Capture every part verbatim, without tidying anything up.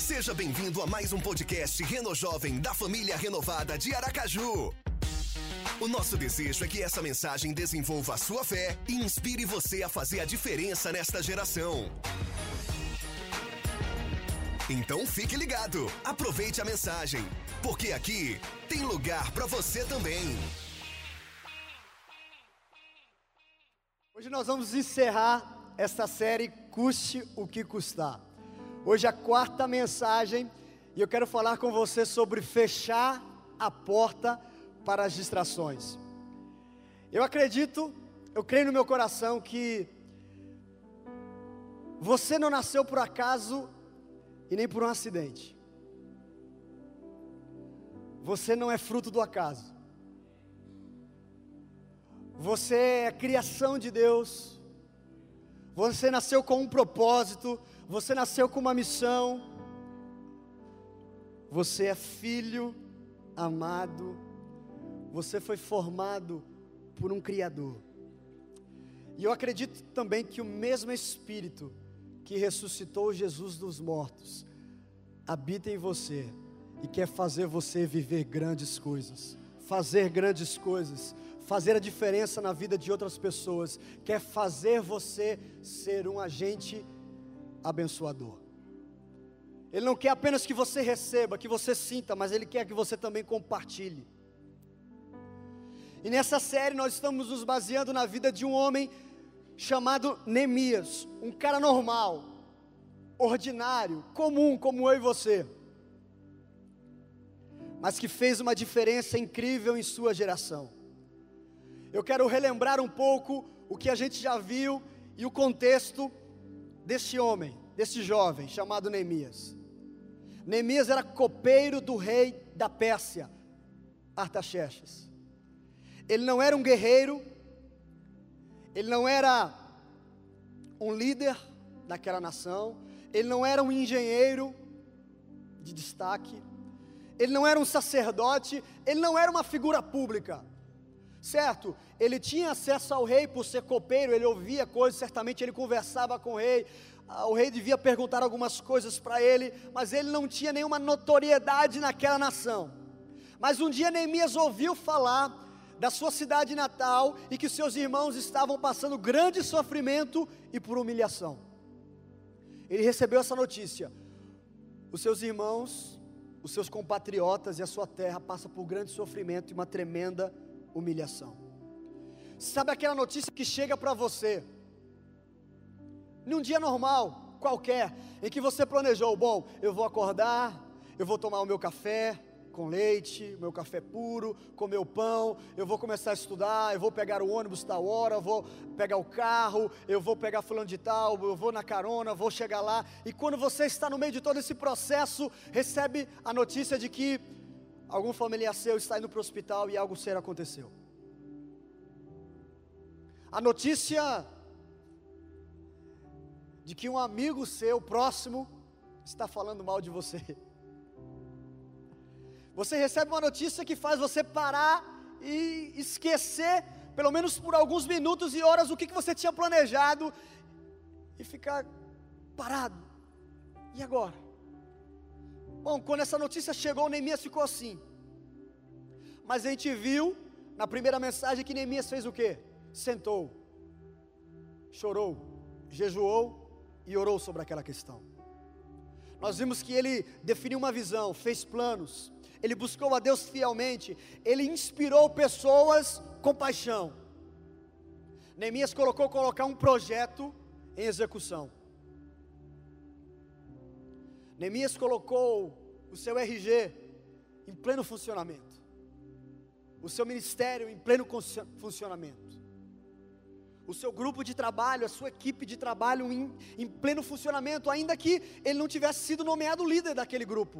Seja bem-vindo a mais um podcast Reno Jovem da família renovada de Aracaju. O nosso desejo é que essa mensagem desenvolva a sua fé e inspire você a fazer a diferença nesta geração. Então fique ligado, aproveite a mensagem, porque aqui tem lugar para você também. Hoje nós vamos encerrar esta série Custe o que custar. Hoje é a quarta mensagem e eu quero falar com você sobre fechar a porta para as distrações. Eu acredito, eu creio no meu coração que você não nasceu por acaso e nem por um acidente. Você não é fruto do acaso. Você é criação de Deus. Você nasceu com um propósito. Você nasceu com uma missão. Você é filho amado. Você foi formado por um Criador. E eu acredito também que o mesmo Espírito que ressuscitou Jesus dos mortos habita em você e quer fazer você viver grandes coisas, fazer grandes coisas, fazer a diferença na vida de outras pessoas, quer fazer você ser um agente abençoador. Ele não quer apenas que você receba, que você sinta, mas Ele quer que você também compartilhe. E nessa série nós estamos nos baseando na vida de um homem chamado Neemias, um cara normal, ordinário, comum como eu e você, mas que fez uma diferença incrível em sua geração. Eu quero relembrar um pouco o que a gente já viu e o contexto desse homem, desse jovem chamado Neemias. Neemias era copeiro do rei da Pérsia, Artaxerxes. Ele não era um guerreiro, ele não era um líder daquela nação, ele não era um engenheiro de destaque, ele não era um sacerdote, ele não era uma figura pública, certo? Ele tinha acesso ao rei por ser copeiro, ele ouvia coisas, certamente ele conversava com o rei, o rei devia perguntar algumas coisas para ele, mas ele não tinha nenhuma notoriedade naquela nação. Mas um dia Neemias ouviu falar da sua cidade natal e que seus irmãos estavam passando grande sofrimento e por humilhação. Ele recebeu essa notícia: os seus irmãos, os seus compatriotas e a sua terra passam por grande sofrimento e uma tremenda humilhação. Sabe aquela notícia que chega para você num dia normal, qualquer, em que você planejou: bom, eu vou acordar, eu vou tomar o meu café com leite, meu café puro, comer o pão, eu vou começar a estudar, eu vou pegar o ônibus tal hora, eu vou pegar o carro, eu vou pegar fulano de tal, eu vou na carona, vou chegar lá, e quando você está no meio de todo esse processo, recebe a notícia de que algum familiar seu está indo para o hospital e algo sério aconteceu. A notícia de que um amigo seu próximo está falando mal de você. Você recebe uma notícia que faz você parar e esquecer, pelo menos por alguns minutos e horas, o que, que você tinha planejado e ficar parado. E agora? Bom, quando essa notícia chegou, Neemias ficou assim. Mas a gente viu na primeira mensagem que Neemias fez o quê? Sentou, chorou, jejuou e orou sobre aquela questão. Nós vimos que ele definiu uma visão, fez planos, ele buscou a Deus fielmente, ele inspirou pessoas com paixão. Neemias colocou colocar um projeto em execução. Neemias colocou o seu R G em pleno funcionamento, o seu ministério em pleno funcionamento, o seu grupo de trabalho, a sua equipe de trabalho em, em pleno funcionamento, ainda que ele não tivesse sido nomeado líder daquele grupo.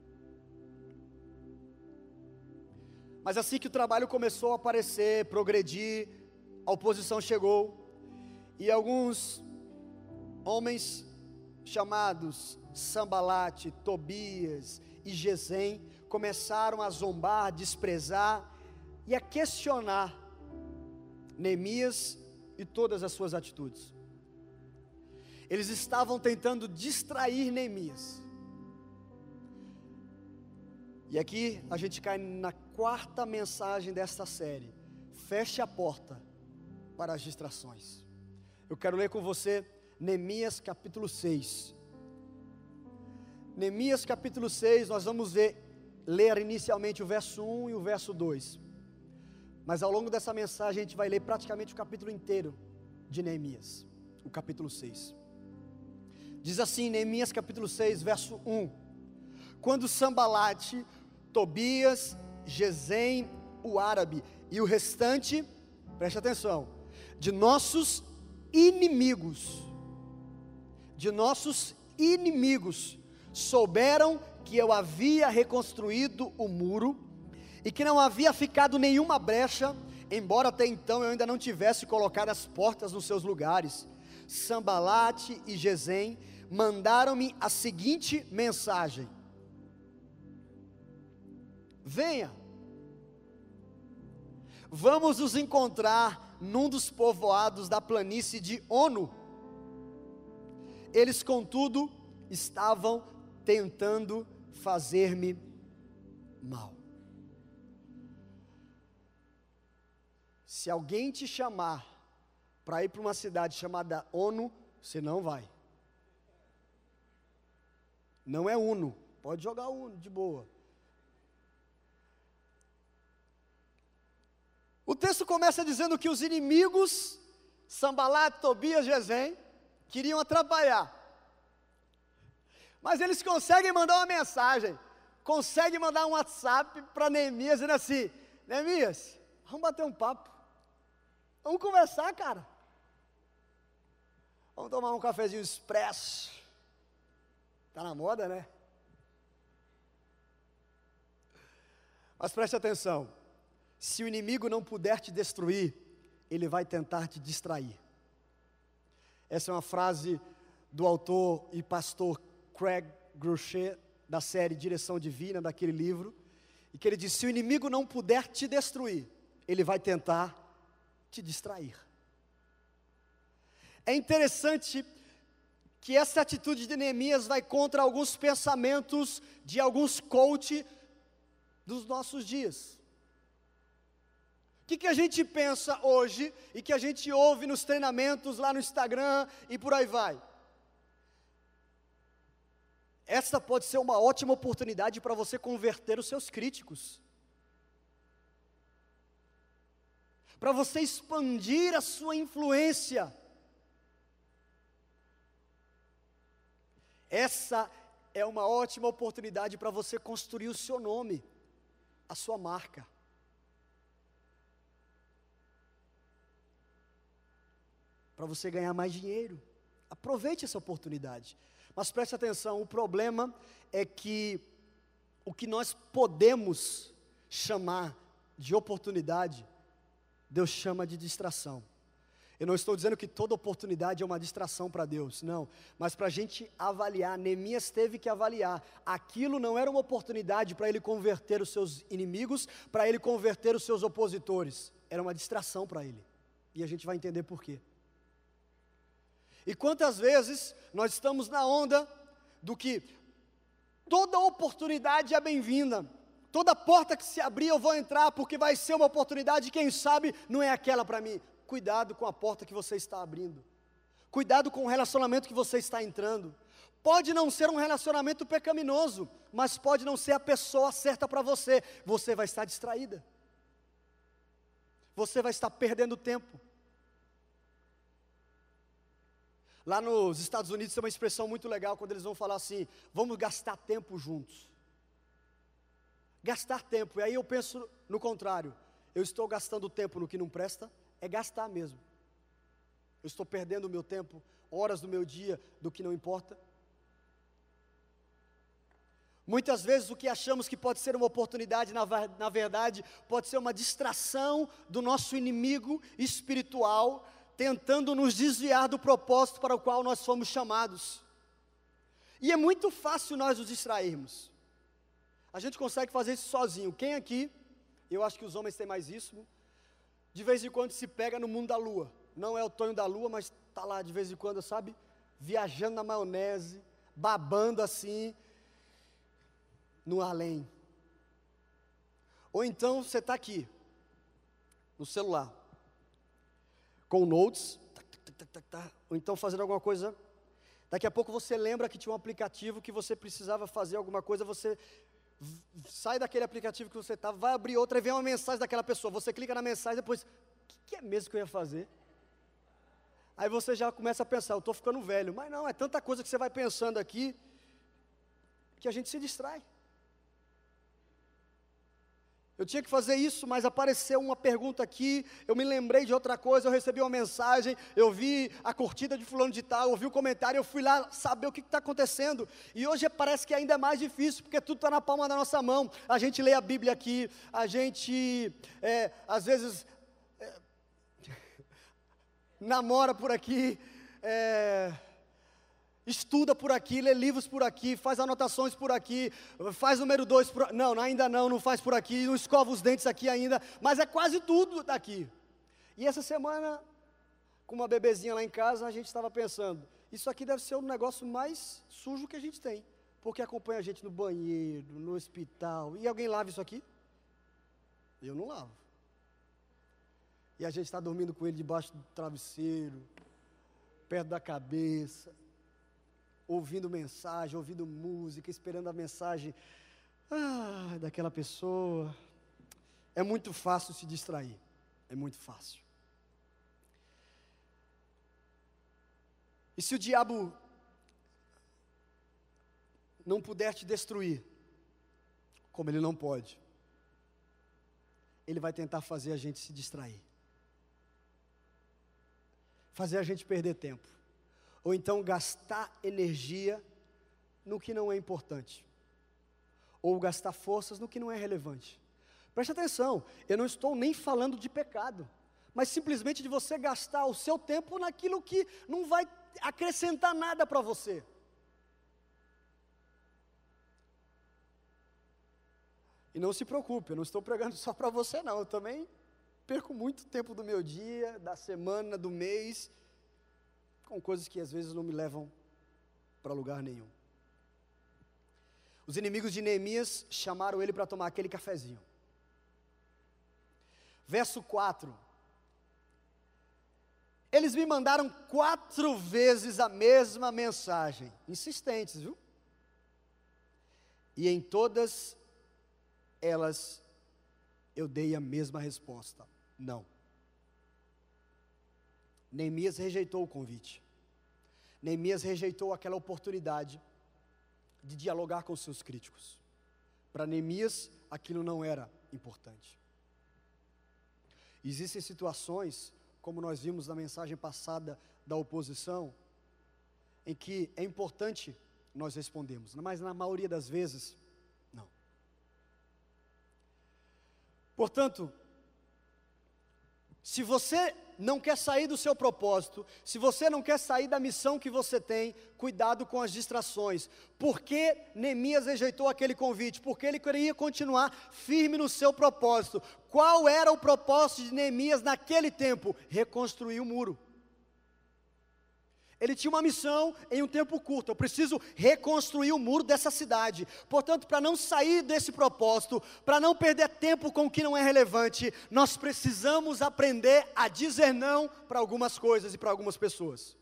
Mas assim que o trabalho começou a aparecer, progredir, a oposição chegou, e alguns homens chamados Sambalate, Tobias e Gesem começaram a zombar, desprezar e a questionar Neemias e todas as suas atitudes. Eles estavam tentando distrair Neemias. E aqui a gente cai na quarta mensagem desta série: feche a porta para as distrações. Eu quero ler com você Neemias capítulo seis. Neemias capítulo seis, nós vamos ver, ler inicialmente o verso um e o verso dois. Mas ao longo dessa mensagem a gente vai ler praticamente o capítulo inteiro de Neemias, o capítulo seis. Diz assim, Neemias capítulo seis, verso um: quando Sambalate, Tobias, Gesem, o árabe e o restante, preste atenção, de nossos inimigos, de nossos inimigos, souberam que eu havia reconstruído o muro, e que não havia ficado nenhuma brecha, embora até então eu ainda não tivesse colocado as portas nos seus lugares, Sambalate e Gesem mandaram-me a seguinte mensagem: venha, vamos nos encontrar num dos povoados da planície de Ono. Eles, contudo, estavam tentando fazer-me mal. Se alguém te chamar para ir para uma cidade chamada Ono, você não vai. Não é Uno, pode jogar Uno de boa. O texto começa dizendo que os inimigos, Sambalate, Tobias, Gesem, queriam atrapalhar. Mas eles conseguem mandar uma mensagem, conseguem mandar um WhatsApp para Neemias, dizendo assim: Neemias, vamos bater um papo, vamos conversar, cara. Vamos tomar um cafezinho expresso. Está na moda, né? Mas preste atenção. Se o inimigo não puder te destruir, ele vai tentar te distrair. Essa é uma frase do autor e pastor Craig Groeschel, da série Direção Divina, daquele livro, e que ele diz: se o inimigo não puder te destruir, ele vai tentar te distrair. É interessante que essa atitude de Neemias vai contra alguns pensamentos de alguns coach dos nossos dias. O que, que a gente pensa hoje e que a gente ouve nos treinamentos lá no Instagram e por aí vai? Essa pode ser uma ótima oportunidade para você converter os seus críticos, para você expandir a sua influência. Essa é uma ótima oportunidade para você construir o seu nome, a sua marca. Para você ganhar mais dinheiro. Aproveite essa oportunidade. Mas preste atenção, o problema é que o que nós podemos chamar de oportunidade, Deus chama de distração. Eu não estou dizendo que toda oportunidade é uma distração para Deus, não. Mas para a gente avaliar, Neemias teve que avaliar. Aquilo não era uma oportunidade para ele converter os seus inimigos, para ele converter os seus opositores. Era uma distração para ele. E a gente vai entender por quê. E quantas vezes nós estamos na onda do que toda oportunidade é bem-vinda, toda porta que se abrir eu vou entrar porque vai ser uma oportunidade, quem sabe não é aquela para mim. Cuidado com a porta que você está abrindo, cuidado com o relacionamento que você está entrando. Pode não ser um relacionamento pecaminoso, mas pode não ser a pessoa certa para você. Você vai estar distraída, você vai estar perdendo tempo. Lá nos Estados Unidos tem uma expressão muito legal quando eles vão falar assim: vamos gastar tempo juntos. Gastar tempo, e aí eu penso no contrário. Eu estou gastando tempo no que não presta, é gastar mesmo. Eu estou perdendo o meu tempo, horas do meu dia, do que não importa. Muitas vezes o que achamos que pode ser uma oportunidade, na, na verdade, pode ser uma distração do nosso inimigo espiritual, tentando nos desviar do propósito para o qual nós fomos chamados. E é muito fácil nós nos distrairmos. A gente consegue fazer isso sozinho. Quem aqui, eu acho que os homens têm mais isso, de vez em quando se pega no mundo da lua. Não é o Tonho da lua, mas está lá de vez em quando, sabe? Viajando na maionese, babando assim, no além. Ou então você está aqui, no celular, com notes, tá, tá, tá, tá, ou então fazendo alguma coisa. Daqui a pouco você lembra que tinha um aplicativo que você precisava fazer alguma coisa, você sai daquele aplicativo que você estava, vai abrir outra e vem uma mensagem daquela pessoa. Você clica na mensagem, depois, o que, que é mesmo que eu ia fazer? Aí você já começa a pensar, eu estou ficando velho. Mas não, é tanta coisa que você vai pensando aqui, que a gente se distrai. Eu tinha que fazer isso, mas apareceu uma pergunta aqui, eu me lembrei de outra coisa, eu recebi uma mensagem, eu vi a curtida de fulano de tal, eu vi o comentário, eu fui lá saber o que está acontecendo. E hoje parece que ainda é mais difícil, porque tudo está na palma da nossa mão. A gente lê a Bíblia aqui, a gente, é, às vezes, é, namora por aqui, é, estuda por aqui, lê livros por aqui, faz anotações por aqui, faz número dois, por... não, ainda não, não faz por aqui, não escova os dentes aqui ainda, mas é quase tudo daqui. E essa semana, com uma bebezinha lá em casa, a gente estava pensando, isso aqui deve ser o negócio mais sujo que a gente tem, porque acompanha a gente no banheiro, no hospital, e alguém lava isso aqui? Eu não lavo. E a gente está dormindo com ele debaixo do travesseiro, perto da cabeça, ouvindo mensagem, ouvindo música, esperando a mensagem ah, daquela pessoa. É muito fácil se distrair, é muito fácil. E se o diabo não puder te destruir, como ele não pode, ele vai tentar fazer a gente se distrair, fazer a gente perder tempo, ou então gastar energia no que não é importante, ou gastar forças no que não é relevante. Preste atenção, eu não estou nem falando de pecado, mas simplesmente de você gastar o seu tempo naquilo que não vai acrescentar nada para você. E não se preocupe, eu não estou pregando só para você não, eu também perco muito tempo do meu dia, da semana, do mês, com coisas que às vezes não me levam para lugar nenhum. Os inimigos de Neemias chamaram ele para tomar aquele cafezinho. Verso quatro. Eles me mandaram quatro vezes a mesma mensagem, insistentes, viu? E em todas elas eu dei a mesma resposta: não. Neemias rejeitou o convite. Neemias rejeitou aquela oportunidade de dialogar com seus críticos. Para Neemias, aquilo não era importante. Existem situações, como nós vimos na mensagem passada da oposição, em que é importante nós respondermos, mas na maioria das vezes, não. Portanto, se você não quer sair do seu propósito, se você não quer sair da missão que você tem, cuidado com as distrações. Por que Neemias rejeitou aquele convite? Porque ele queria continuar firme no seu propósito. Qual era o propósito de Neemias naquele tempo? Reconstruir o muro. Ele tinha uma missão em um tempo curto: eu preciso reconstruir o muro dessa cidade. Portanto, para não sair desse propósito, para não perder tempo com o que não é relevante, nós precisamos aprender a dizer não para algumas coisas e para algumas pessoas,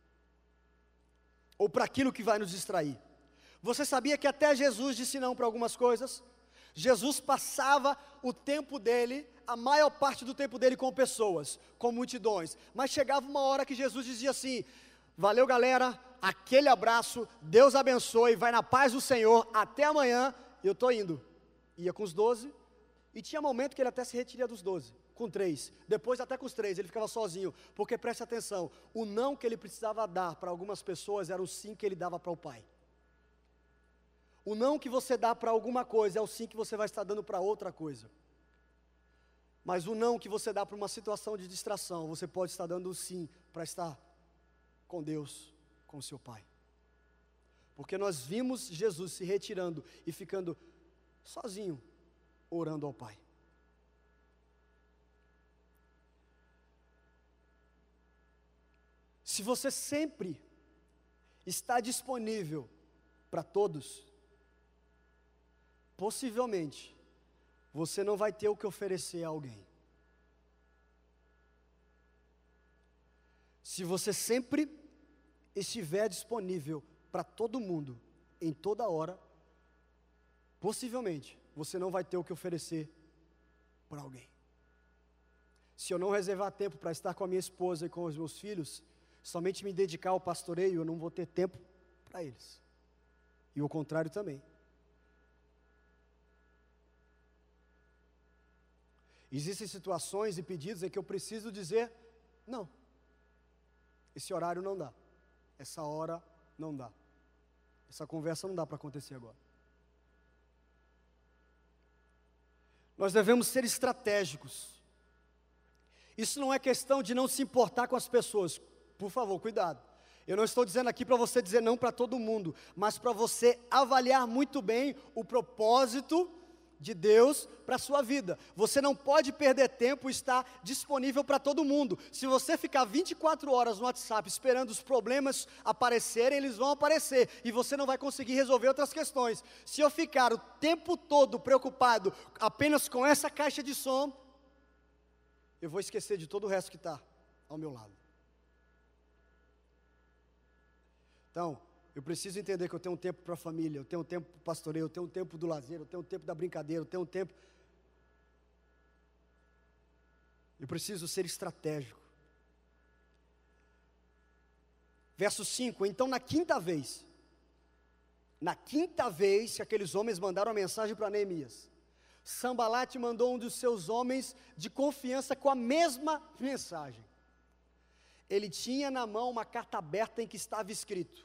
ou para aquilo que vai nos distrair. Você sabia que até Jesus disse não para algumas coisas? Jesus passava o tempo dele, a maior parte do tempo dele com pessoas, com multidões, mas chegava uma hora que Jesus dizia assim: valeu galera, aquele abraço, Deus abençoe, vai na paz do Senhor, até amanhã, eu estou indo. Ia com os doze, e tinha momento que ele até se retiria dos doze, com três, depois até com os três, ele ficava sozinho, porque preste atenção, o não que ele precisava dar para algumas pessoas era o sim que ele dava para o Pai. O não que você dá para alguma coisa é o sim que você vai estar dando para outra coisa. Mas o não que você dá para uma situação de distração, você pode estar dando o sim para estar com Deus, com seu Pai. Porque nós vimos Jesus se retirando e ficando sozinho, orando ao Pai. Se você sempre está disponível para todos, possivelmente você não vai ter o que oferecer a alguém. Se você sempre estiver disponível para todo mundo, em toda hora, possivelmente, você não vai ter o que oferecer para alguém. Se eu não reservar tempo para estar com a minha esposa e com os meus filhos, somente me dedicar ao pastoreio, eu não vou ter tempo para eles. E o contrário também. Existem situações e pedidos em que eu preciso dizer, não, esse horário não dá, essa hora não dá, essa conversa não dá para acontecer agora. Nós devemos ser estratégicos. Isso não é questão de não se importar com as pessoas. Por favor, cuidado. Eu não estou dizendo aqui para você dizer não para todo mundo, mas para você avaliar muito bem o propósito de Deus para a sua vida. Você não pode perder tempo e estar disponível para todo mundo. Se você ficar vinte e quatro horas no WhatsApp esperando os problemas aparecerem, eles vão aparecer e você não vai conseguir resolver outras questões. Se eu ficar o tempo todo preocupado apenas com essa caixa de som, eu vou esquecer de todo o resto que está ao meu lado. Então, eu preciso entender que eu tenho um tempo para a família, eu tenho um tempo para o pastoreio, eu tenho um tempo do lazer, eu tenho um tempo da brincadeira, eu tenho um tempo... Eu preciso ser estratégico. Verso cinco, então na quinta vez, na quinta vez que aqueles homens mandaram a mensagem para Neemias, Sambalate mandou um dos seus homens de confiança com a mesma mensagem. Ele tinha na mão uma carta aberta em que estava escrito: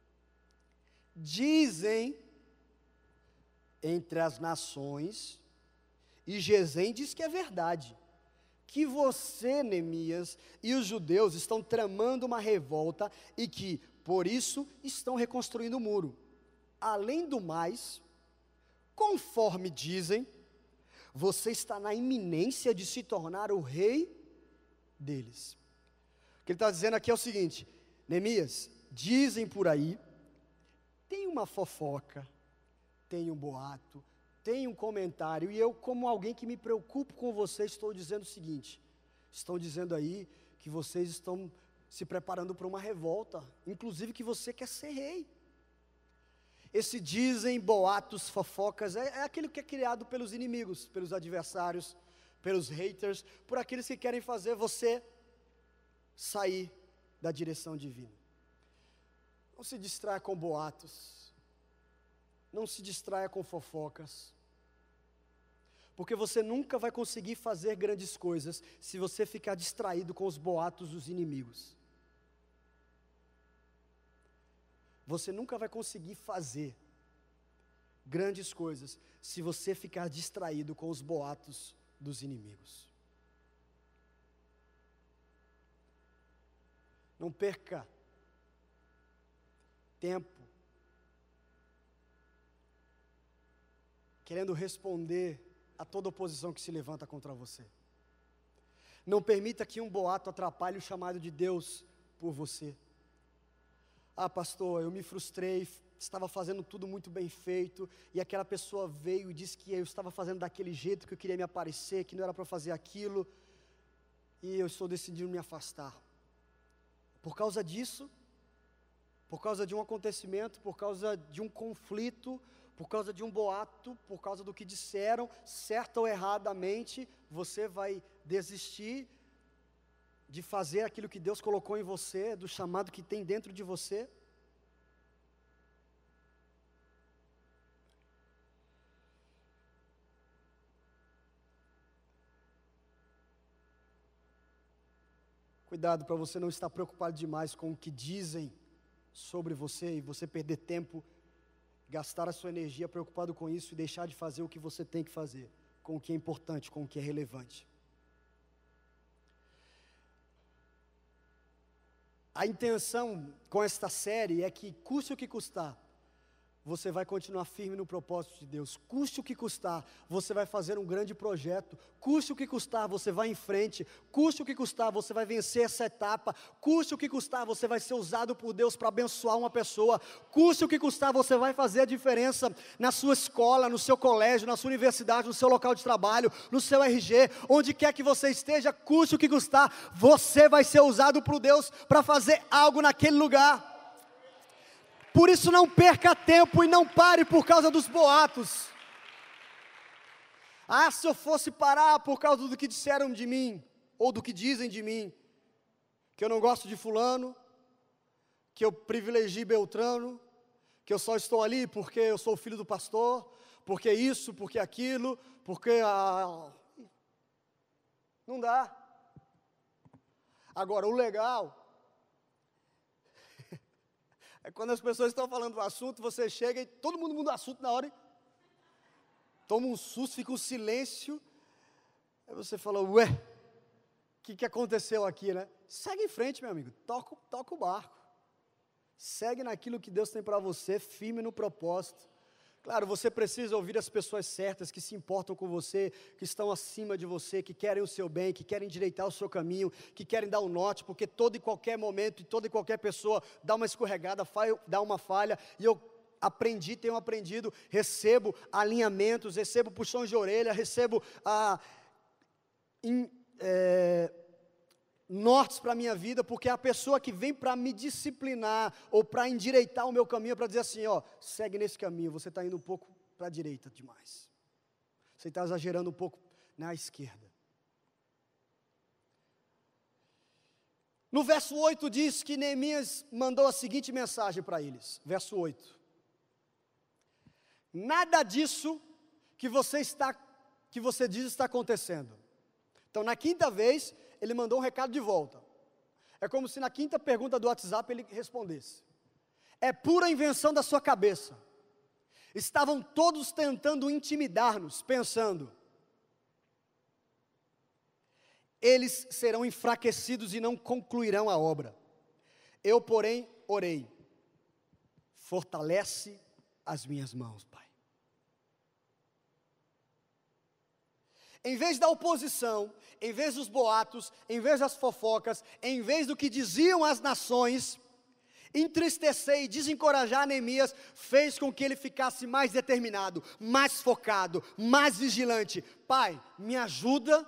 dizem entre as nações, e Gesem diz que é verdade, que você, Neemias, e os judeus estão tramando uma revolta e que, por isso, estão reconstruindo o muro. Além do mais, conforme dizem, você está na iminência de se tornar o rei deles. O que ele está dizendo aqui é o seguinte: Neemias, dizem por aí, tem uma fofoca, tem um boato, tem um comentário, e eu, como alguém que me preocupo com você, estou dizendo o seguinte: estão dizendo aí que vocês estão se preparando para uma revolta, inclusive que você quer ser rei. Esse dizem, boatos, fofocas, é, é aquilo que é criado pelos inimigos, pelos adversários, pelos haters, por aqueles que querem fazer você sair da direção divina. Não se distraia com boatos, não se distraia com fofocas, porque você nunca vai conseguir fazer grandes coisas se você ficar distraído com os boatos dos inimigos. Você nunca vai conseguir fazer grandes coisas se você ficar distraído com os boatos dos inimigos. Não perca tempo querendo responder a toda oposição que se levanta contra você. Não permita que um boato atrapalhe o chamado de Deus por você. Ah, pastor, eu me frustrei, estava fazendo tudo muito bem feito, e aquela pessoa veio e disse que eu estava fazendo daquele jeito, que eu queria me aparecer, que não era para fazer aquilo, e eu estou decidindo me afastar. Por causa disso, por causa de um acontecimento, por causa de um conflito, por causa de um boato, por causa do que disseram, certa ou erradamente, você vai desistir de fazer aquilo que Deus colocou em você, do chamado que tem dentro de você. Cuidado para você não estar preocupado demais com o que dizem sobre você e você perder tempo, gastar a sua energia preocupado com isso e deixar de fazer o que você tem que fazer, com o que é importante, com o que é relevante. A intenção com esta série é que, custe o que custar, você vai continuar firme no propósito de Deus. Custe o que custar, você vai fazer um grande projeto. Custe o que custar, você vai em frente. Custe o que custar, você vai vencer essa etapa. Custe o que custar, você vai ser usado por Deus para abençoar uma pessoa. Custe o que custar, você vai fazer a diferença na sua escola, no seu colégio, na sua universidade, no seu local de trabalho, no seu R G, onde quer que você esteja. Custe o que custar, você vai ser usado por Deus para fazer algo naquele lugar. Por isso não perca tempo e não pare por causa dos boatos. Ah, se eu fosse parar por causa do que disseram de mim, ou do que dizem de mim, que eu não gosto de fulano, que eu privilegio Beltrano, que eu só estou ali porque eu sou filho do pastor, porque isso, porque aquilo, porque a... não dá. Agora, o legal é quando as pessoas estão falando do assunto, você chega e todo mundo muda o assunto na hora, e toma um susto, fica um silêncio, aí você fala, ué, o que, que aconteceu aqui, né? Segue em frente, meu amigo, toca, toca o barco, segue naquilo que Deus tem para você, firme no propósito. Claro, você precisa ouvir as pessoas certas, que se importam com você, que estão acima de você, que querem o seu bem, que querem endireitar o seu caminho, que querem dar o norte, porque todo e qualquer momento, e toda e qualquer pessoa dá uma escorregada, dá uma falha, e eu aprendi, tenho aprendido, recebo alinhamentos, recebo puxões de orelha, recebo ah, in, é, nortes para a minha vida, porque é a pessoa que vem para me disciplinar, ou para endireitar o meu caminho, para dizer assim, ó, segue nesse caminho, você está indo um pouco para a direita demais, você está exagerando um pouco na esquerda. No verso oito diz que Neemias mandou a seguinte mensagem para eles, verso oito, nada disso que você, está, que você diz está acontecendo. Então na quinta vez, ele mandou um recado de volta. É como se na quinta pergunta do WhatsApp ele respondesse. É pura invenção da sua cabeça. Estavam todos tentando intimidar-nos, pensando, eles serão enfraquecidos e não concluirão a obra. Eu, porém, orei, fortalece as minhas mãos, Pai. Em vez da oposição, em vez dos boatos, em vez das fofocas, em vez do que diziam as nações, entristecer e desencorajar Neemias, fez com que ele ficasse mais determinado, mais focado, mais vigilante. Pai, me ajuda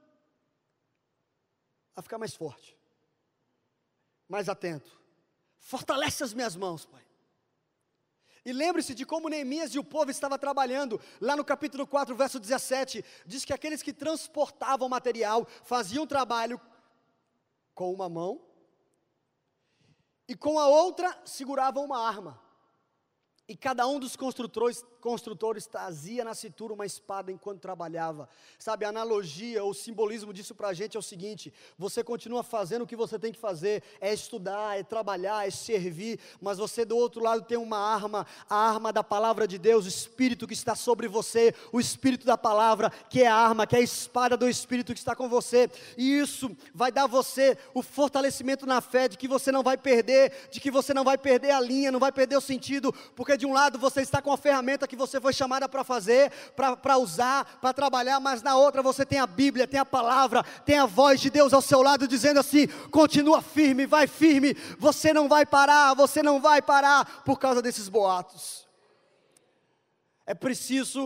a ficar mais forte, mais atento, fortalece as minhas mãos, Pai. E lembre-se de como Neemias e o povo estavam trabalhando, lá no capítulo quatro, verso dezessete, diz que aqueles que transportavam material, faziam trabalho com uma mão, e com a outra seguravam uma arma, e cada um dos construtores, construtores trazia na cintura uma espada enquanto trabalhava. Sabe, a analogia, o simbolismo disso para a gente é o seguinte, você continua fazendo o que você tem que fazer, é estudar, é trabalhar, é servir, mas você do outro lado tem uma arma, a arma da palavra de Deus, o Espírito que está sobre você, o Espírito da palavra, que é a arma, que é a espada do Espírito que está com você, e isso vai dar a você o fortalecimento na fé, de que você não vai perder, de que você não vai perder a linha, não vai perder o sentido, porque de um lado você está com a ferramenta que você foi chamada para fazer, para usar, para trabalhar, mas na outra você tem a Bíblia, tem a palavra, tem a voz de Deus ao seu lado dizendo assim, continua firme, vai firme, você não vai parar, você não vai parar por causa desses boatos. É preciso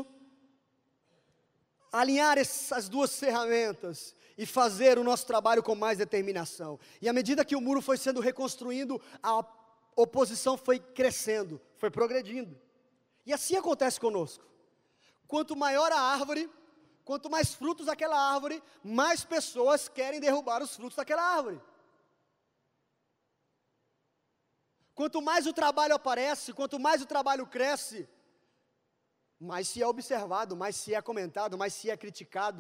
alinhar essas duas ferramentas e fazer o nosso trabalho com mais determinação. E à medida que o muro foi sendo reconstruído, a oposição foi crescendo, foi progredindo. E assim acontece conosco. Quanto maior a árvore, quanto mais frutos daquela árvore, mais pessoas querem derrubar os frutos daquela árvore. Quanto mais o trabalho aparece, quanto mais o trabalho cresce, mais se é observado, mais se é comentado, mais se é criticado.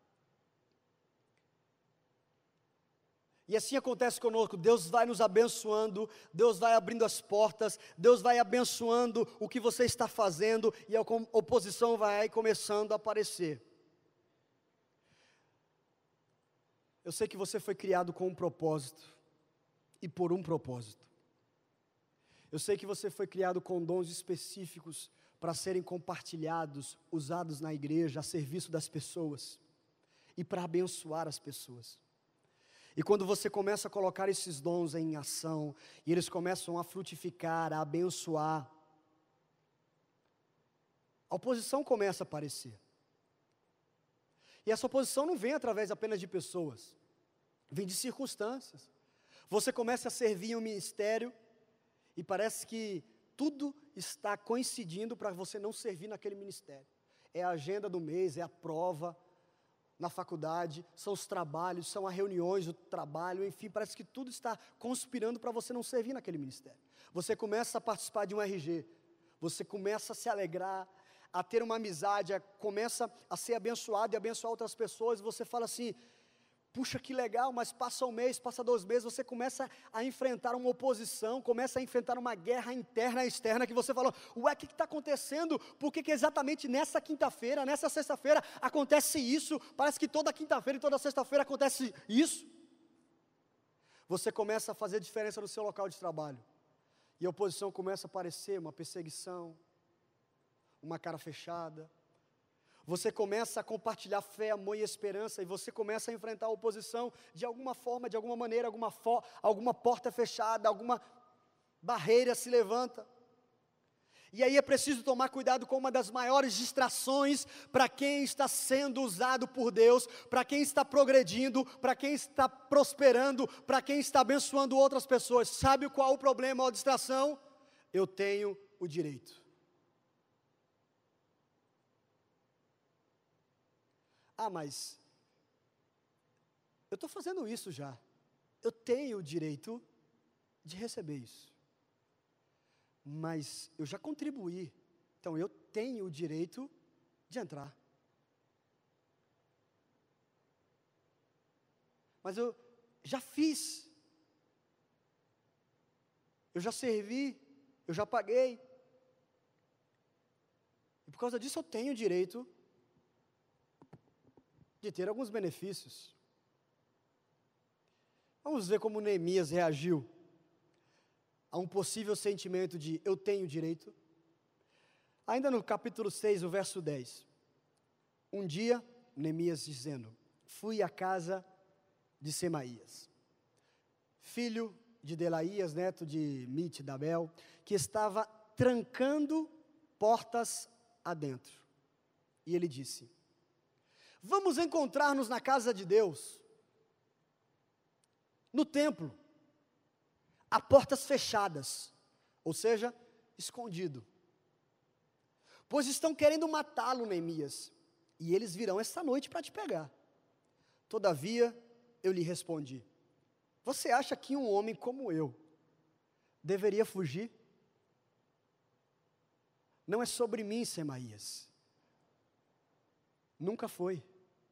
E assim acontece conosco, Deus vai nos abençoando, Deus vai abrindo as portas, Deus vai abençoando o que você está fazendo, e a oposição vai começando a aparecer. Eu sei que você foi criado com um propósito, e por um propósito. Eu sei que você foi criado com dons específicos para serem compartilhados, usados na igreja, a serviço das pessoas e para abençoar as pessoas. E quando você começa a colocar esses dons em ação, e eles começam a frutificar, a abençoar, a oposição começa a aparecer. E essa oposição não vem através apenas de pessoas, vem de circunstâncias. Você começa a servir em um ministério, e parece que tudo está coincidindo para você não servir naquele ministério. É a agenda do mês, é a prova na faculdade, são os trabalhos, são as reuniões do trabalho, enfim, parece que tudo está conspirando para você não servir naquele ministério. Você começa a participar de um R G, você começa a se alegrar, a ter uma amizade, a, começa a ser abençoado e abençoar outras pessoas, e você fala assim, puxa que legal, mas passa um mês, passa dois meses, você começa a enfrentar uma oposição, começa a enfrentar uma guerra interna e externa, que você falou, ué, o que está acontecendo? Por que, que exatamente nessa quinta-feira, nessa sexta-feira, acontece isso? Parece que toda quinta-feira e toda sexta-feira acontece isso. Você começa a fazer diferença no seu local de trabalho, e a oposição começa a aparecer, uma perseguição, uma cara fechada. Você começa a compartilhar fé, amor e esperança, e você começa a enfrentar a oposição de alguma forma, de alguma maneira, alguma, fo- alguma porta fechada, alguma barreira se levanta. E aí é preciso tomar cuidado com uma das maiores distrações para quem está sendo usado por Deus, para quem está progredindo, para quem está prosperando, para quem está abençoando outras pessoas. Sabe qual o problema ou a distração? Eu tenho o direito. Ah, mas eu estou fazendo isso já. Eu tenho o direito de receber isso. Mas eu já contribuí. Então eu tenho o direito de entrar. Mas eu já fiz. Eu já servi. Eu já paguei. E por causa disso eu tenho o direito de ter alguns benefícios. Vamos ver como Neemias reagiu a um possível sentimento de eu tenho direito. Ainda no capítulo seis, o verso dez. Um dia, Neemias dizendo, fui à casa de Semaías, filho de Delaías, neto de Mitdabel, que estava trancando portas adentro. E ele disse, vamos encontrar-nos na casa de Deus, no templo, a portas fechadas, ou seja, escondido. Pois estão querendo matá-lo, Neemias, e eles virão esta noite para te pegar. Todavia, eu lhe respondi, você acha que um homem como eu deveria fugir? Não é sobre mim, Semaías. Nunca foi.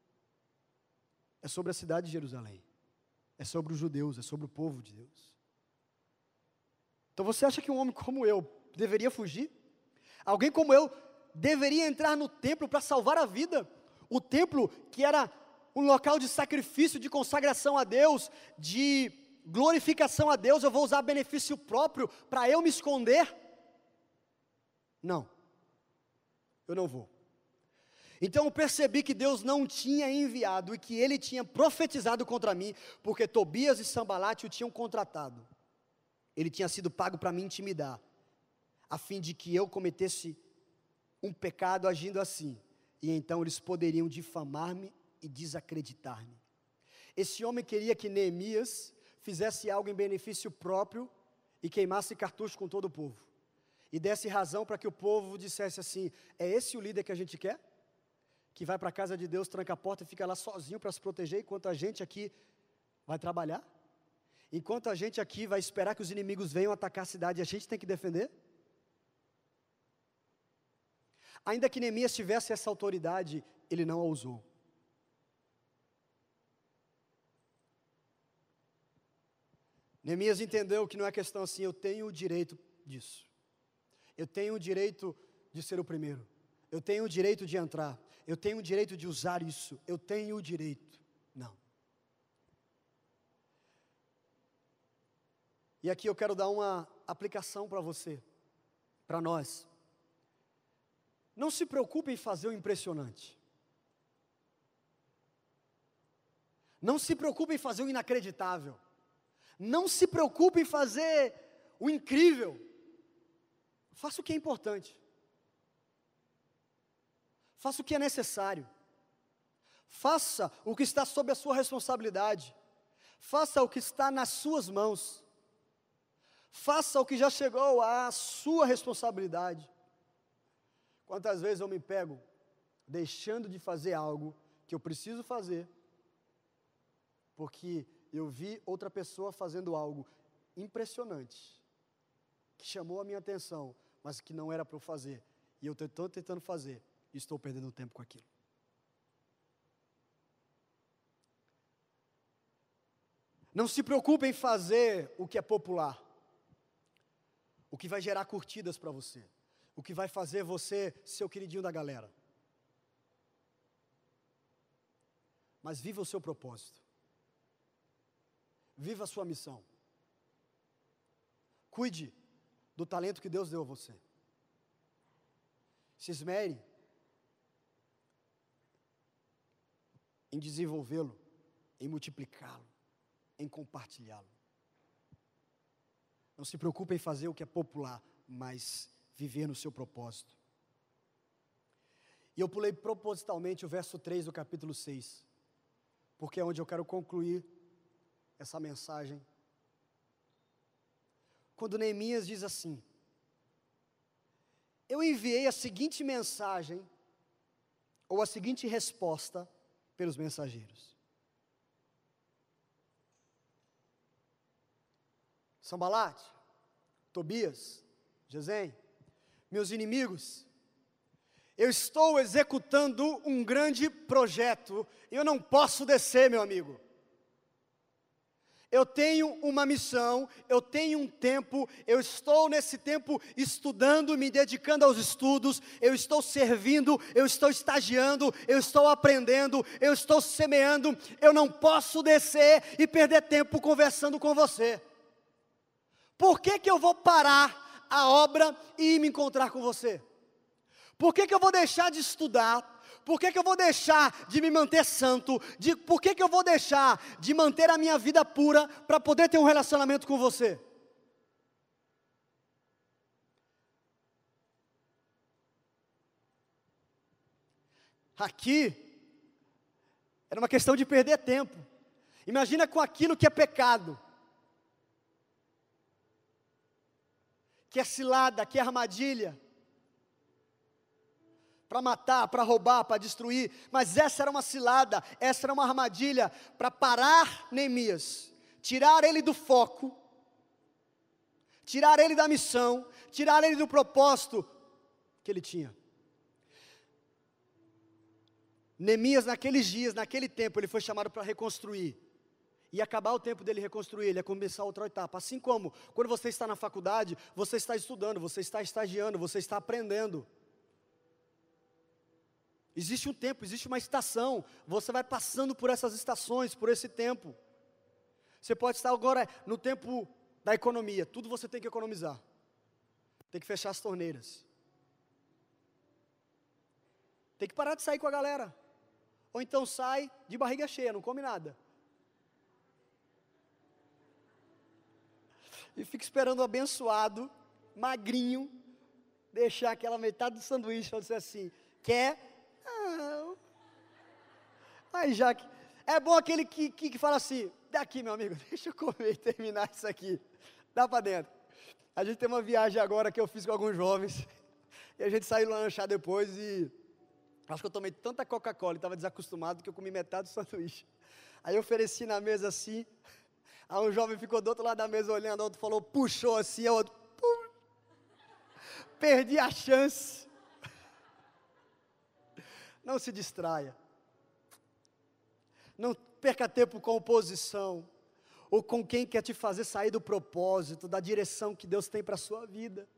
É sobre a cidade de Jerusalém. É sobre os judeus, é sobre o povo de Deus. Então você acha que um homem como eu deveria fugir? Alguém como eu deveria entrar no templo para salvar a vida? O templo que era um local de sacrifício, de consagração a Deus, de glorificação a Deus, eu vou usar benefício próprio para eu me esconder? Não. Eu não vou. Então eu percebi que Deus não tinha enviado e que Ele tinha profetizado contra mim, porque Tobias e Sambalate o tinham contratado. Ele tinha sido pago para me intimidar, a fim de que eu cometesse um pecado agindo assim, e então eles poderiam difamar-me e desacreditar-me. Esse homem queria que Neemias fizesse algo em benefício próprio e queimasse cartucho com todo o povo, e desse razão para que o povo dissesse assim, é esse o líder que a gente quer? Que vai para a casa de Deus, tranca a porta e fica lá sozinho para se proteger, enquanto a gente aqui vai trabalhar? Enquanto a gente aqui vai esperar que os inimigos venham atacar a cidade e a gente tem que defender? Ainda que Neemias tivesse essa autoridade, ele não a usou. Neemias entendeu que não é questão assim, eu tenho o direito disso. Eu tenho o direito de ser o primeiro. Eu tenho o direito de entrar. Eu tenho o direito de usar isso. Eu tenho o direito. Não. E aqui eu quero dar uma aplicação para você, para nós. Não se preocupe em fazer o impressionante. Não se preocupe em fazer o inacreditável. Não se preocupe em fazer o incrível. Faça o que é importante. Faça o que é necessário. Faça o que está sob a sua responsabilidade. Faça o que está nas suas mãos. Faça o que já chegou à sua responsabilidade. Quantas vezes eu me pego deixando de fazer algo que eu preciso fazer, porque eu vi outra pessoa fazendo algo impressionante, que chamou a minha atenção, mas que não era para eu fazer, e eu estou tentando fazer, e estou perdendo tempo com aquilo. Não se preocupe em fazer o que é popular, o que vai gerar curtidas para você, o que vai fazer você ser o queridinho da galera. Mas viva o seu propósito. Viva a sua missão. Cuide do talento que Deus deu a você. Se esmere em desenvolvê-lo, em multiplicá-lo, em compartilhá-lo. Não se preocupe em fazer o que é popular, mas viver no seu propósito. E eu pulei propositalmente o verso três do capítulo seis, porque é onde eu quero concluir essa mensagem. Quando Neemias diz assim: eu enviei a seguinte mensagem, ou a seguinte resposta, pelos mensageiros. Sambalate, Tobias, Gesem, meus inimigos, eu estou executando um grande projeto, e eu não posso descer, meu amigo. Eu tenho uma missão, eu tenho um tempo, eu estou nesse tempo estudando, me dedicando aos estudos, eu estou servindo, eu estou estagiando, eu estou aprendendo, eu estou semeando, eu não posso descer e perder tempo conversando com você. Por que que eu vou parar a obra e ir me encontrar com você? Por que que eu vou deixar de estudar? Por que que eu vou deixar de me manter santo? De, por que que eu vou deixar de manter a minha vida pura para poder ter um relacionamento com você? Aqui era uma questão de perder tempo. Imagina com aquilo que é pecado, que é cilada, que é armadilha, para matar, para roubar, para destruir. Mas essa era uma cilada, essa era uma armadilha para parar Neemias, tirar ele do foco, tirar ele da missão, tirar ele do propósito que ele tinha. Neemias, naqueles dias, naquele tempo, ele foi chamado para reconstruir. E acabar o tempo dele reconstruir, ele ia começar outra etapa. Assim como, quando você está na faculdade, você está estudando, você está estagiando, você está aprendendo. Existe um tempo, existe uma estação, você vai passando por essas estações, por esse tempo. Você pode estar agora no tempo da economia, tudo você tem que economizar. Tem que fechar as torneiras. Tem que parar de sair com a galera. Ou então sai de barriga cheia, não come nada. E fica esperando o abençoado, magrinho, deixar aquela metade do sanduíche, para dizer assim, quer? Não. Aí já que, é bom aquele que, que, que fala assim, daqui meu amigo, deixa eu comer e terminar isso aqui, dá para dentro. A gente tem uma viagem agora que eu fiz com alguns jovens, e a gente saiu lanchar depois e, acho que eu tomei tanta Coca-Cola e estava desacostumado que eu comi metade do sanduíche. Aí eu ofereci na mesa assim, aí um jovem ficou do outro lado da mesa olhando, o outro falou, puxou assim, o outro, pum, perdi a chance. Não se distraia. Não perca tempo com oposição, ou com quem quer te fazer sair do propósito, da direção que Deus tem para a sua vida.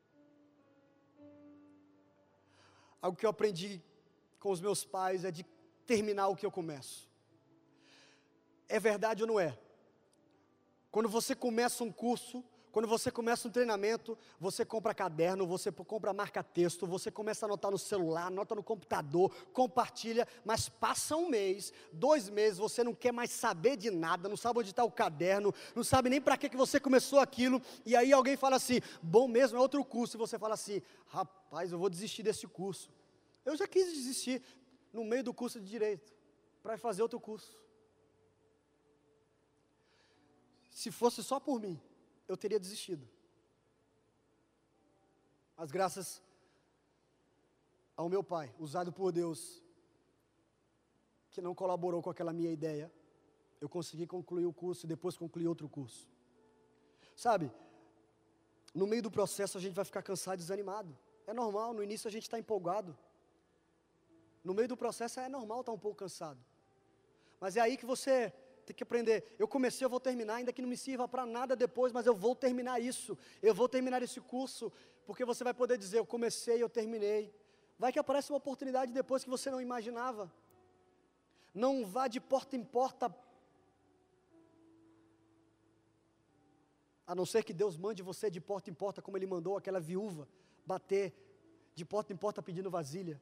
Algo que eu aprendi com os meus pais é de terminar o que eu começo. É verdade ou não é? Quando você começa um curso, Quando você começa um treinamento, você compra caderno, você compra marca-texto, você começa a anotar no celular, anota no computador, compartilha, mas passa um mês, dois meses, você não quer mais saber de nada, não sabe onde está o caderno, não sabe nem para que, que você começou aquilo, e aí alguém fala assim, bom mesmo, é outro curso, e você fala assim, rapaz, eu vou desistir desse curso. Eu já quis desistir no meio do curso de Direito, para fazer outro curso. Se fosse só por mim, eu teria desistido. Mas graças ao meu pai, usado por Deus, que não colaborou com aquela minha ideia, eu consegui concluir o curso e depois concluir outro curso. Sabe, no meio do processo a gente vai ficar cansado e desanimado. É normal, no início a gente está empolgado. No meio do processo é normal estar um pouco cansado. Mas é aí que você tem que aprender. Eu comecei, eu vou terminar, ainda que não me sirva para nada depois, mas eu vou terminar isso. Eu vou terminar esse curso, porque você vai poder dizer, eu comecei, eu terminei. Vai que aparece uma oportunidade depois que você não imaginava. Não vá de porta em porta, a não ser que Deus mande você de porta em porta, como Ele mandou aquela viúva bater de porta em porta pedindo vasilha.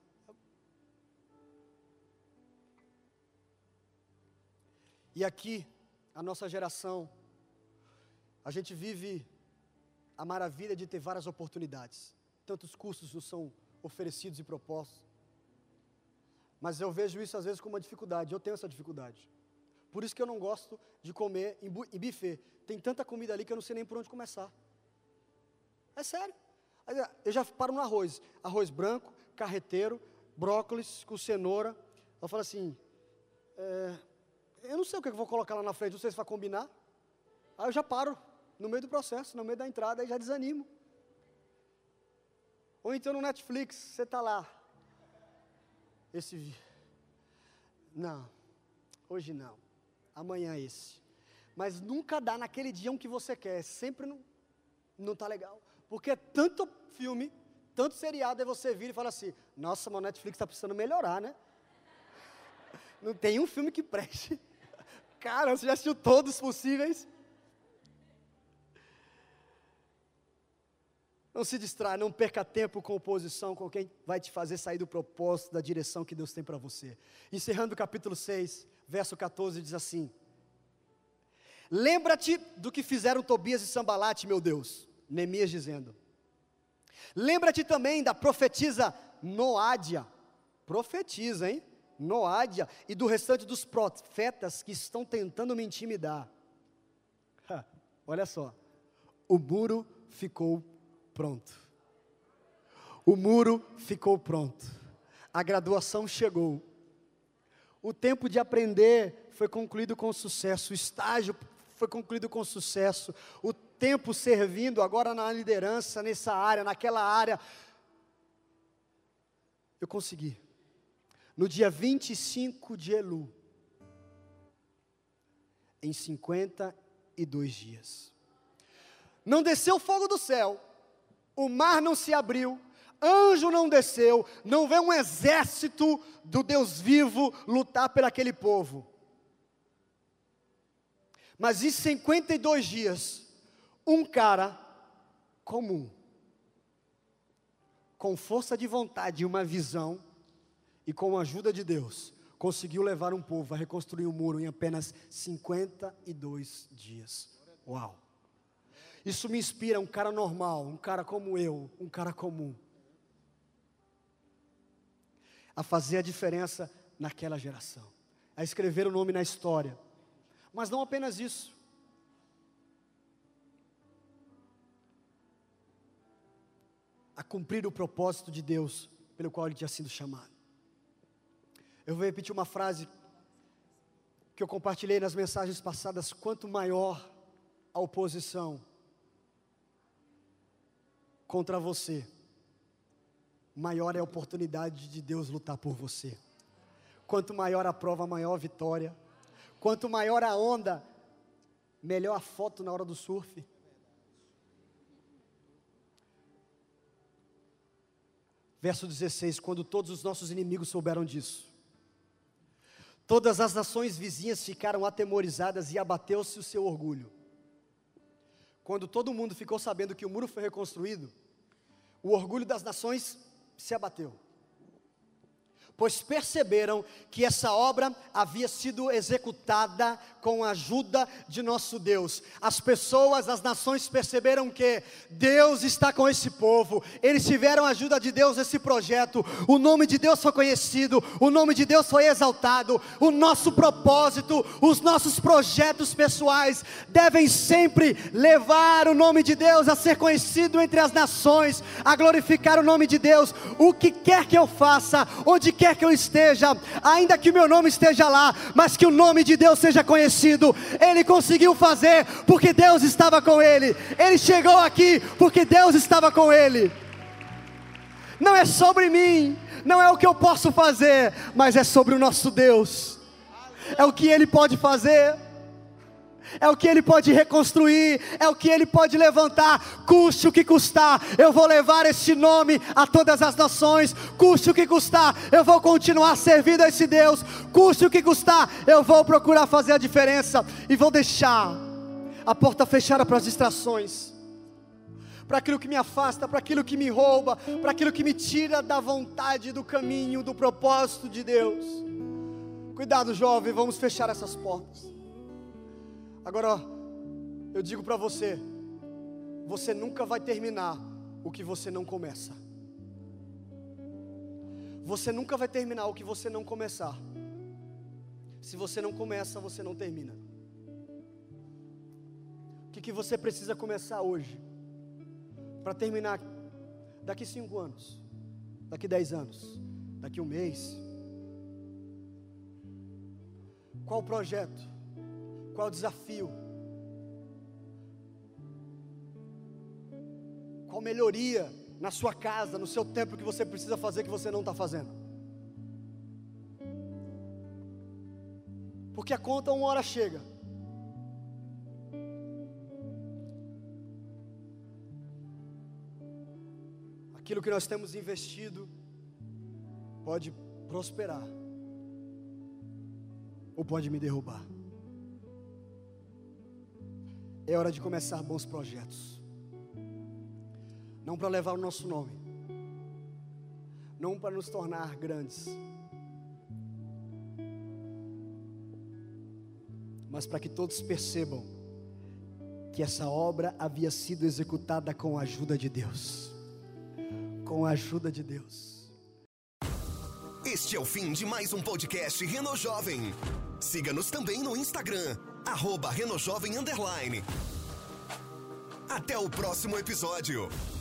E aqui, a nossa geração, a gente vive a maravilha de ter várias oportunidades. Tantos cursos nos são oferecidos e propostos. Mas eu vejo isso às vezes como uma dificuldade, eu tenho essa dificuldade. Por isso que eu não gosto de comer em, bu- em buffet. Tem tanta comida ali que eu não sei nem por onde começar. É sério. Eu já paro no arroz. Arroz branco, carreteiro, brócolis com cenoura. Eu falo assim, é, eu não sei o que eu vou colocar lá na frente, não sei se vai combinar. Aí eu já paro, no meio do processo, no meio da entrada, aí já desanimo. Ou então no Netflix, você está lá. Esse, não, hoje não, amanhã esse. Mas nunca dá naquele dia um que você quer, sempre não, não está legal. Porque é tanto filme, tanto seriado, aí você vira e fala assim, nossa, mas o Netflix está precisando melhorar, né? Não tem um filme que preste. Cara, você já assistiu todos possíveis? Não se distraia, não perca tempo com oposição, com quem vai te fazer sair do propósito, da direção que Deus tem para você. Encerrando o capítulo seis, verso catorze, diz assim, lembra-te do que fizeram Tobias e Sambalate, meu Deus, Neemias dizendo, lembra-te também da profetisa Noádia, profetiza, hein? Noádia e do restante dos profetas que estão tentando me intimidar. Ha, olha só, o muro ficou pronto. O muro ficou pronto. A graduação chegou. O tempo de aprender foi concluído com sucesso. O estágio foi concluído com sucesso. O tempo servindo agora na liderança, nessa área, naquela área. Eu consegui. No dia vinte e cinco de Elu, em cinquenta e dois dias. Não desceu fogo do céu, o mar não se abriu, anjo não desceu, não veio um exército do Deus vivo lutar por aquele povo. Mas em cinquenta e dois dias, um cara comum, com força de vontade e uma visão, e com a ajuda de Deus, conseguiu levar um povo a reconstruir o muro em apenas cinquenta e dois dias. Uau! Isso me inspira, um cara normal, um cara como eu, um cara comum, a fazer a diferença naquela geração, a escrever o nome na história. Mas não apenas isso. A cumprir o propósito de Deus, pelo qual ele tinha sido chamado. Eu vou repetir uma frase que eu compartilhei nas mensagens passadas, quanto maior a oposição contra você, maior é a oportunidade de Deus lutar por você. Quanto maior a prova, maior a vitória. Quanto maior a onda, melhor a foto na hora do surf. Verso dezesseis, quando todos os nossos inimigos souberam disso, todas as nações vizinhas ficaram atemorizadas e abateu-se o seu orgulho. quando todo mundo ficou sabendo que o muro foi reconstruído, o orgulho das nações se abateu. Pois perceberam que essa obra havia sido executada com a ajuda de nosso Deus. As pessoas, as nações perceberam que Deus está com esse povo. Eles tiveram a ajuda de Deus nesse projeto. O nome de Deus foi conhecido, o nome de Deus foi exaltado. O nosso propósito, os nossos projetos pessoais devem sempre levar o nome de Deus a ser conhecido entre as nações, a glorificar o nome de Deus. O que quer que eu faça, onde quer que eu esteja, ainda que o meu nome esteja lá, mas que o nome de Deus seja conhecido. Ele conseguiu fazer porque Deus estava com ele. Ele chegou aqui porque Deus estava com ele. Não é sobre mim, não é o que eu posso fazer, mas é sobre o nosso Deus. É o que Ele pode fazer, é o que Ele pode reconstruir, é o que Ele pode levantar. Custe o que custar, eu vou levar esse nome a todas as nações. Custe o que custar, eu vou continuar servindo a esse Deus. Custe o que custar, eu vou procurar fazer a diferença. E vou deixar a porta fechada para as distrações, para aquilo que me afasta, para aquilo que me rouba, para aquilo que me tira da vontade, do caminho, do propósito de Deus. Cuidado, jovem, vamos fechar essas portas. Agora, eu digo para você, você nunca vai terminar o que você não começa. Você nunca vai terminar o que você não começar. Se você não começa, você não termina. O que, que você precisa começar hoje, para terminar daqui cinco anos, daqui dez anos, daqui um mês? Qual o projeto? Qual o desafio? Qual melhoria na sua casa, no seu tempo que você precisa fazer que você não está fazendo? Porque a conta uma hora chega. Aquilo que nós temos investido pode prosperar ou pode me derrubar. É hora de começar bons projetos. Não para levar o nosso nome, não para nos tornar grandes, mas para que todos percebam que essa obra havia sido executada com a ajuda de Deus. Com a ajuda de Deus. Este é o fim de mais um podcast Reno Jovem. Siga-nos também no Instagram, arroba Reno Jovem Underline. Até o próximo episódio.